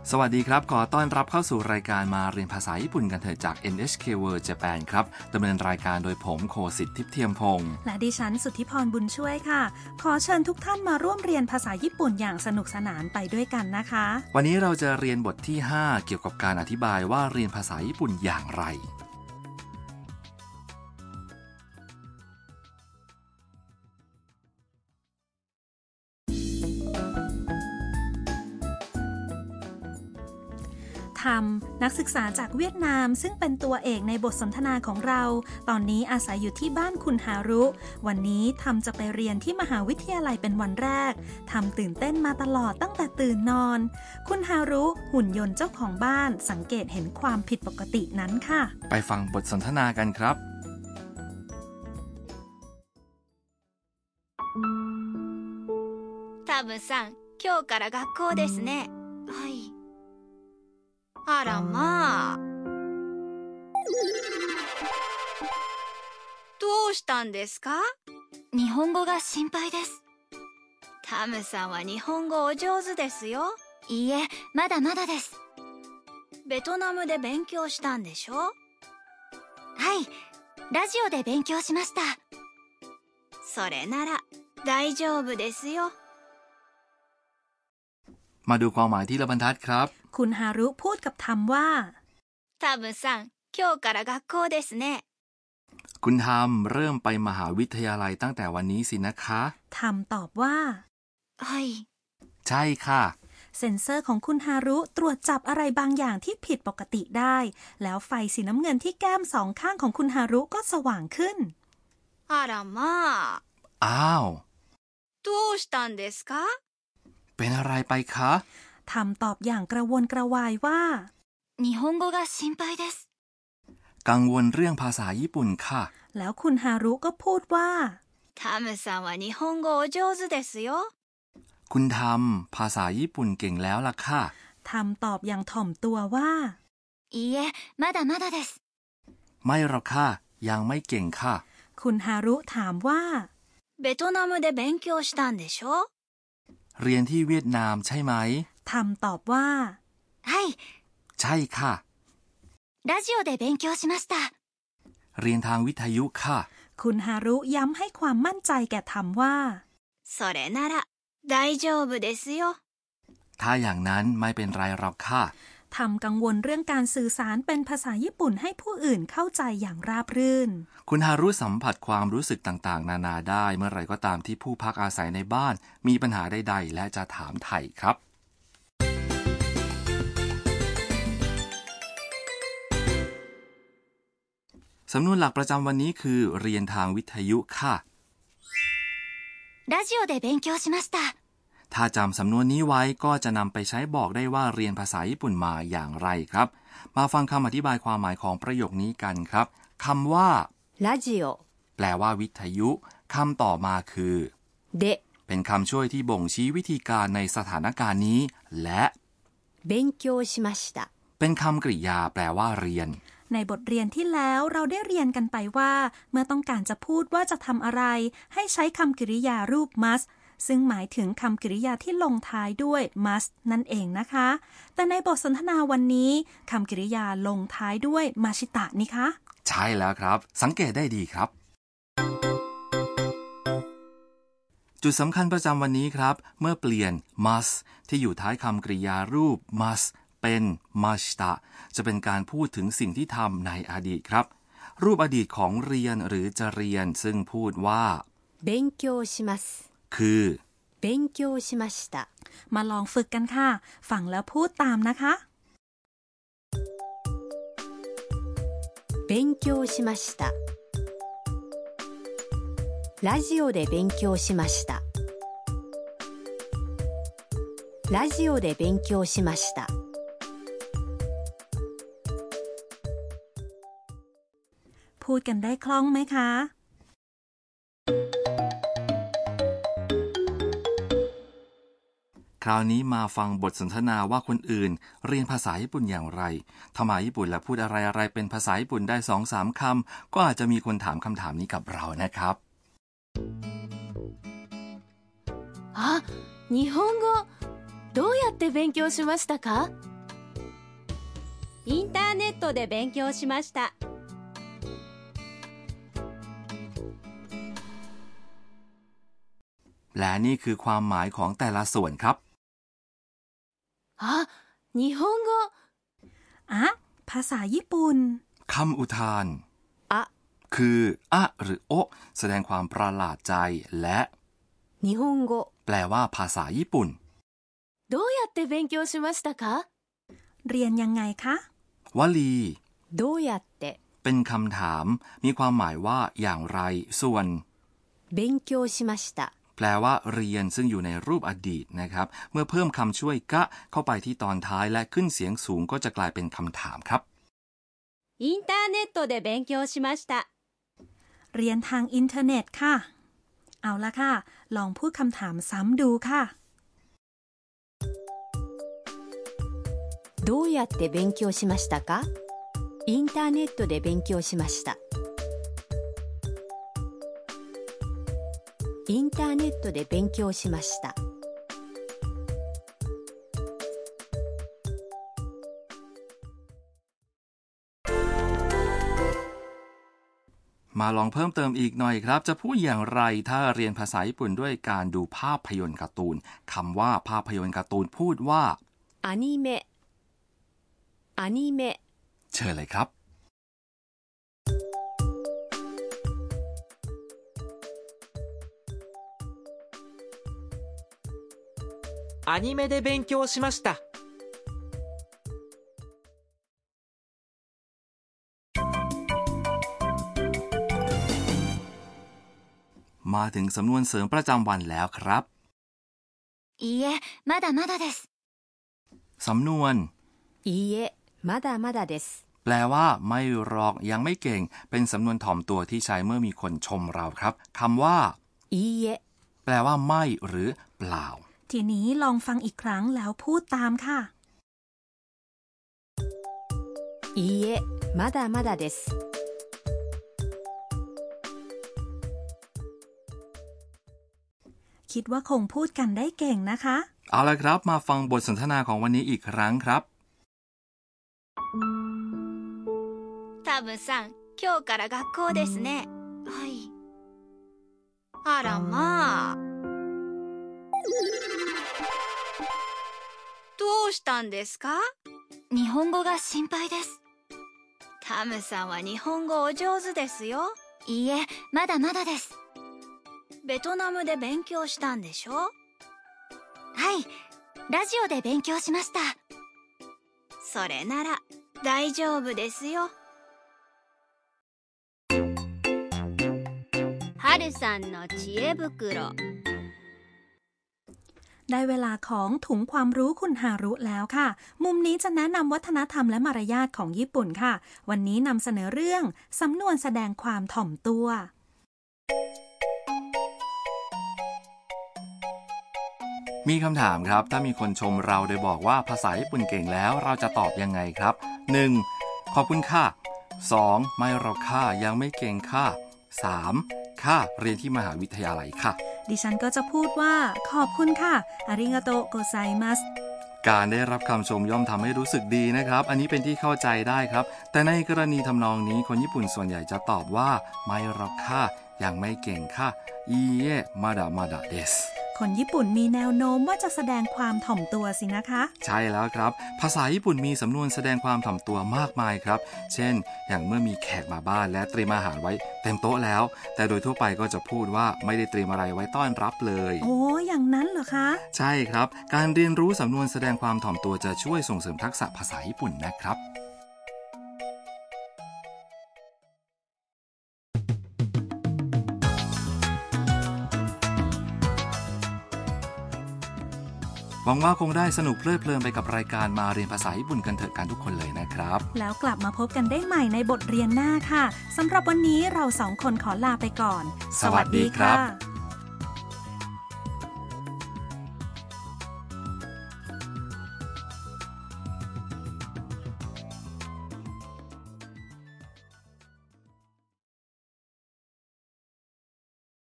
สวัสดีครับขอต้อนรับเข้าสู่รายการมาเรียนภาษาญี่ปุ่นกันเถอะจาก NHK World Japan ครับดำเนินรายการโดยผมโคสิทธิ์ทิพย์เทียมพงษ์และดิฉันสุทธิพรบุญช่วยค่ะขอเชิญทุกท่านมาร่วมเรียนภาษาญี่ปุ่นอย่างสนุกสนานไปด้วยกันนะคะวันนี้เราจะเรียนบทที่ 5 เกี่ยวกับการอธิบายว่าเรียนภาษาญี่ปุ่นอย่างไรทำนักศึกษาจากเวียดนามซึ่งเป็นตัวเอกในบทสนทนาของเราตอนนี้อาศัยอยู่ที่บ้านคุณฮารุวันนี้ทำจะไปเรียนที่มหาวิทยาลัยเป็นวันแรกทำตื่นเต้นมาตลอดตั้งแต่ตื่นนอนคุณฮารุหุ่นยนต์เจ้าของบ้านสังเกตเห็นความผิดปกตินั้นค่ะไปฟังบทสนทนากันครับタブさん、今日から学校ですね。はい。あらまあ。どうしたんですか？ 日本語が心配です。 タムさんは日本語お上手ですよ。 いいえ、まだまだです。 ベトナムで勉強したんでしょ？はい、ラジオで勉強しました。 それなら大丈夫ですよ。 มาดูความหมายที่ละบรรทัดครับคุณฮารุพูดกับทำว่าタブさん、今日から学校ですね。 คุณทำเริ่มไปมหาวิทยาลัยตั้งแต่วันนี้สินะคะทำตอบว่าはい。 ใช่ค่ะเซ็นเซอร์ของคุณฮารุตรวจจับอะไรบางอย่างที่ผิดปกติได้แล้วไฟสีน้ำเงินที่แก้มสองข้างของคุณฮารุก็สว่างขึ้นあらまあ。 อ้าวどうしたんですか？ เป็นอะไรไปคะทำตอบอย่างกระวนกระวายว่า日本語が心配ですกังวลเรื่องภาษาญี่ปุ่นค่ะแล้วคุณฮารุก็พูดว่าタムさんは日本語お上手ですよคุณทำภาษาญี่ปุ่นเก่งแล้วล่ะค่ะทำตอบอย่างถ่อมตัวว่าいいえ、まだまだですไม่หรอกค่ะยังไม่เก่งค่ะคุณฮารุถามว่าベトナムで勉強したんでしょ？ เรียนที่เวียดนามใช่ไหมทำตอบว่าはいใช่ค่ะラジオで勉強しましたเรียนทางวิทยุค่ะคุณฮารุย้ำให้ความมั่นใจแก่ทำว่าそれなら大丈夫ですよถ้าอย่างนั้นไม่เป็นไรหรอกค่ะทำกังวลเรื่องการสื่อสารเป็นภาษาญี่ปุ่นให้ผู้อื่นเข้าใจอย่างราบรื่นคุณฮารุสัมผัสความรู้สึกต่างๆนานาได้เมื่อไหร่ก็ตามที่ผู้พักอาศัยในบ้านมีปัญหาใดๆและจะถามไถ่ครับสำนวนหลักประจำวันนี้คือเรียนทางวิทยุค่ะラジオで勉強しましたถ้าจำสำนวนนี้ไว้ก็จะนำไปใช้บอกได้ว่าเรียนภาษาญี่ปุ่นมาอย่างไรครับมาฟังคำอธิบายความหมายของประโยคนี้กันครับคำว่าラジオแปลว่าวิทยุคำต่อมาคือでเป็นคำช่วยที่บ่งชี้วิธีการในสถานการณ์นี้และ勉強しましたเป็นคำกริยาแปลว่าเรียนในบทเรียนที่แล้วเราได้เรียนกันไปว่าเมื่อต้องการจะพูดว่าจะทำอะไรให้ใช้คำกริยารูป must ซึ่งหมายถึงคำกริยาที่ลงท้ายด้วย must นั่นเองนะคะแต่ในบทสนทนาวันนี้คำกริยาลงท้ายด้วยมาชิตะนี่คะใช่แล้วครับสังเกตได้ดีครับจุดสำคัญประจำวันนี้ครับเมื่อเปลี่ยน must ที่อยู่ท้ายคำกริยารูป must เป็นมาชิตะจะเป็นการพูดถึงสิ่งที่ทำในอดีตครับรูปอดีตของเรียนหรือจะเรียนซึ่งพูดว่า勉強しますคือ勉強しましたมาลองฝึกกันค่ะฟังแล้วพูดตามนะคะ勉強しましたラジオで勉強しましたラジオで勉強しましたพูดกันได้คล่องไหมคะคราวนี้มาฟังบทสนทนาว่าคนอื่นเรียนภาษาญี่ปุ่นอย่างไรถ้ามาญี่ปุ่นแล้วพูดอะไรๆเป็นภาษาญี่ปุ่นได้ 2-3 คำก็อาจจะมีคนถามคำถามนี้กับเรานะครับあ、日本語どうやって勉強しましたか？ インターネットで勉強しました。 และนี่คือความหมายของแต่ละส่วนครับあ、日本語อะภาษาญี่ปุ่นคำอุทานอะคืออะหรือโอะแสดงความประหลาดใจและ日本語แปลว่าภาษาญี่ปุ่นどうやって勉強しましたかเรียนยังไงคะวลีどうやってเป็นคำถามมีความหมายว่าอย่างไรส่วน勉強しましたแปลว่าเรียนซึ่งอยู่ในรูปอดีตนะครับเมื่อเพิ่มคำช่วยกะเข้าไปที่ตอนท้ายและขึ้นเสียงสูงก็จะกลายเป็นคำถามครับインターネットで勉強しましたเรียนทางอินเทอร์เน็ตค่ะเอาละค่ะลองพูดคำถามซ้ำดูค่ะどうやって勉強しましたかインターネットで勉強しましたインターネットで勉強しましたมาลองเพิ่มเติมอีกหน่อยครับจะพูดอย่างไรถ้าเรียนภาษาญี่ปุ่นด้วยการดูภาพยนตร์การ์ตูนคำว่าภาพยนตร์การ์ตูนพูดว่าอนิเมะอนิเมะเชิญเลยครับアニメで勉強しましたมาถึงสำนวนเสริมประจำวันแล้วครับいいえまだまだですสำนวนいいえまだまだですแปลว่าไม่หรอกยังไม่เก่งเป็นสำนวนถ่อมตัวที่ใช้เมื่อมีคนชมเราครับคำว่ายいえแปลว่าไม่หรือเปล่าทีนี้ลองฟังอีกครั้งแล้วพูดตามค่ะいいえまだまだですคิดว่าคงพูดกันได้เก่งนะคะเอาละครับมาฟังบทสนทนาของวันนี้อีกครั้งครับタムさん、今日から学校ですね。はい。あらまあ。どうしたんですか？ 日本語が心配ですタムさんは日本語お上手ですよ。 いいえまだまだですベトナムで勉強したんでしょ？ はいラジオで勉強しましたそれなら大丈夫ですよ。はるさんの知恵袋ได้เวลาของถุงความรู้คุณฮารุแล้วค่ะมุมนี้จะแนะนำวัฒนธรรมและมารยาทของญี่ปุ่นค่ะวันนี้นำเสนอเรื่องสำนวนแสดงความถ่อมตัวมีคำถามครับถ้ามีคนชมเราโดยบอกว่าภาษาญี่ปุ่นเก่งแล้วเราจะตอบยังไงครับ 1. ขอบคุณค่ะ 2. ไม่หรอกค่ะยังไม่เก่งค่ะ 3. ค่ะเรียนที่มหาวิทยาลัยค่ะดิฉันก็จะพูดว่าขอบคุณค่ะอาริงาโตโกไซมัสการได้รับคำชมย่อมทำให้รู้สึกดีนะครับอันนี้เป็นที่เข้าใจได้ครับแต่ในกรณีทำนองนี้คนญี่ปุ่นส่วนใหญ่จะตอบว่าไม่หรอกค่ะยังไม่เก่งค่ะいいえまだまだですคนญี่ปุ่นมีแนวโน้มว่าจะแสดงความถ่อมตัวสินะคะใช่แล้วครับภาษาญี่ปุ่นมีสำนวนแสดงความถ่อมตัวมากมายครับเช่นอย่างเมื่อมีแขกมาบ้านและเตรียมอาหารไว้เต็มโต๊ะแล้วแต่โดยทั่วไปก็จะพูดว่าไม่ได้เตรียมอะไรไว้ต้อนรับเลยโอ้อย่างนั้นเหรอคะใช่ครับการเรียนรู้สำนวนแสดงความถ่อมตัวจะช่วยส่งเสริมทักษะภาษาญี่ปุ่นนะครับหวังว่าคงได้สนุกเพลิดเพลินไปกับรายการมาเรียนภาษาญี่ปุ่นกันเถอะกันทุกคนเลยนะครับแล้วกลับมาพบกันได้ใหม่ในบทเรียนหน้าค่ะสำหรับวันนี้เราสองคนขอลาไปก่อนสวัสดีครับ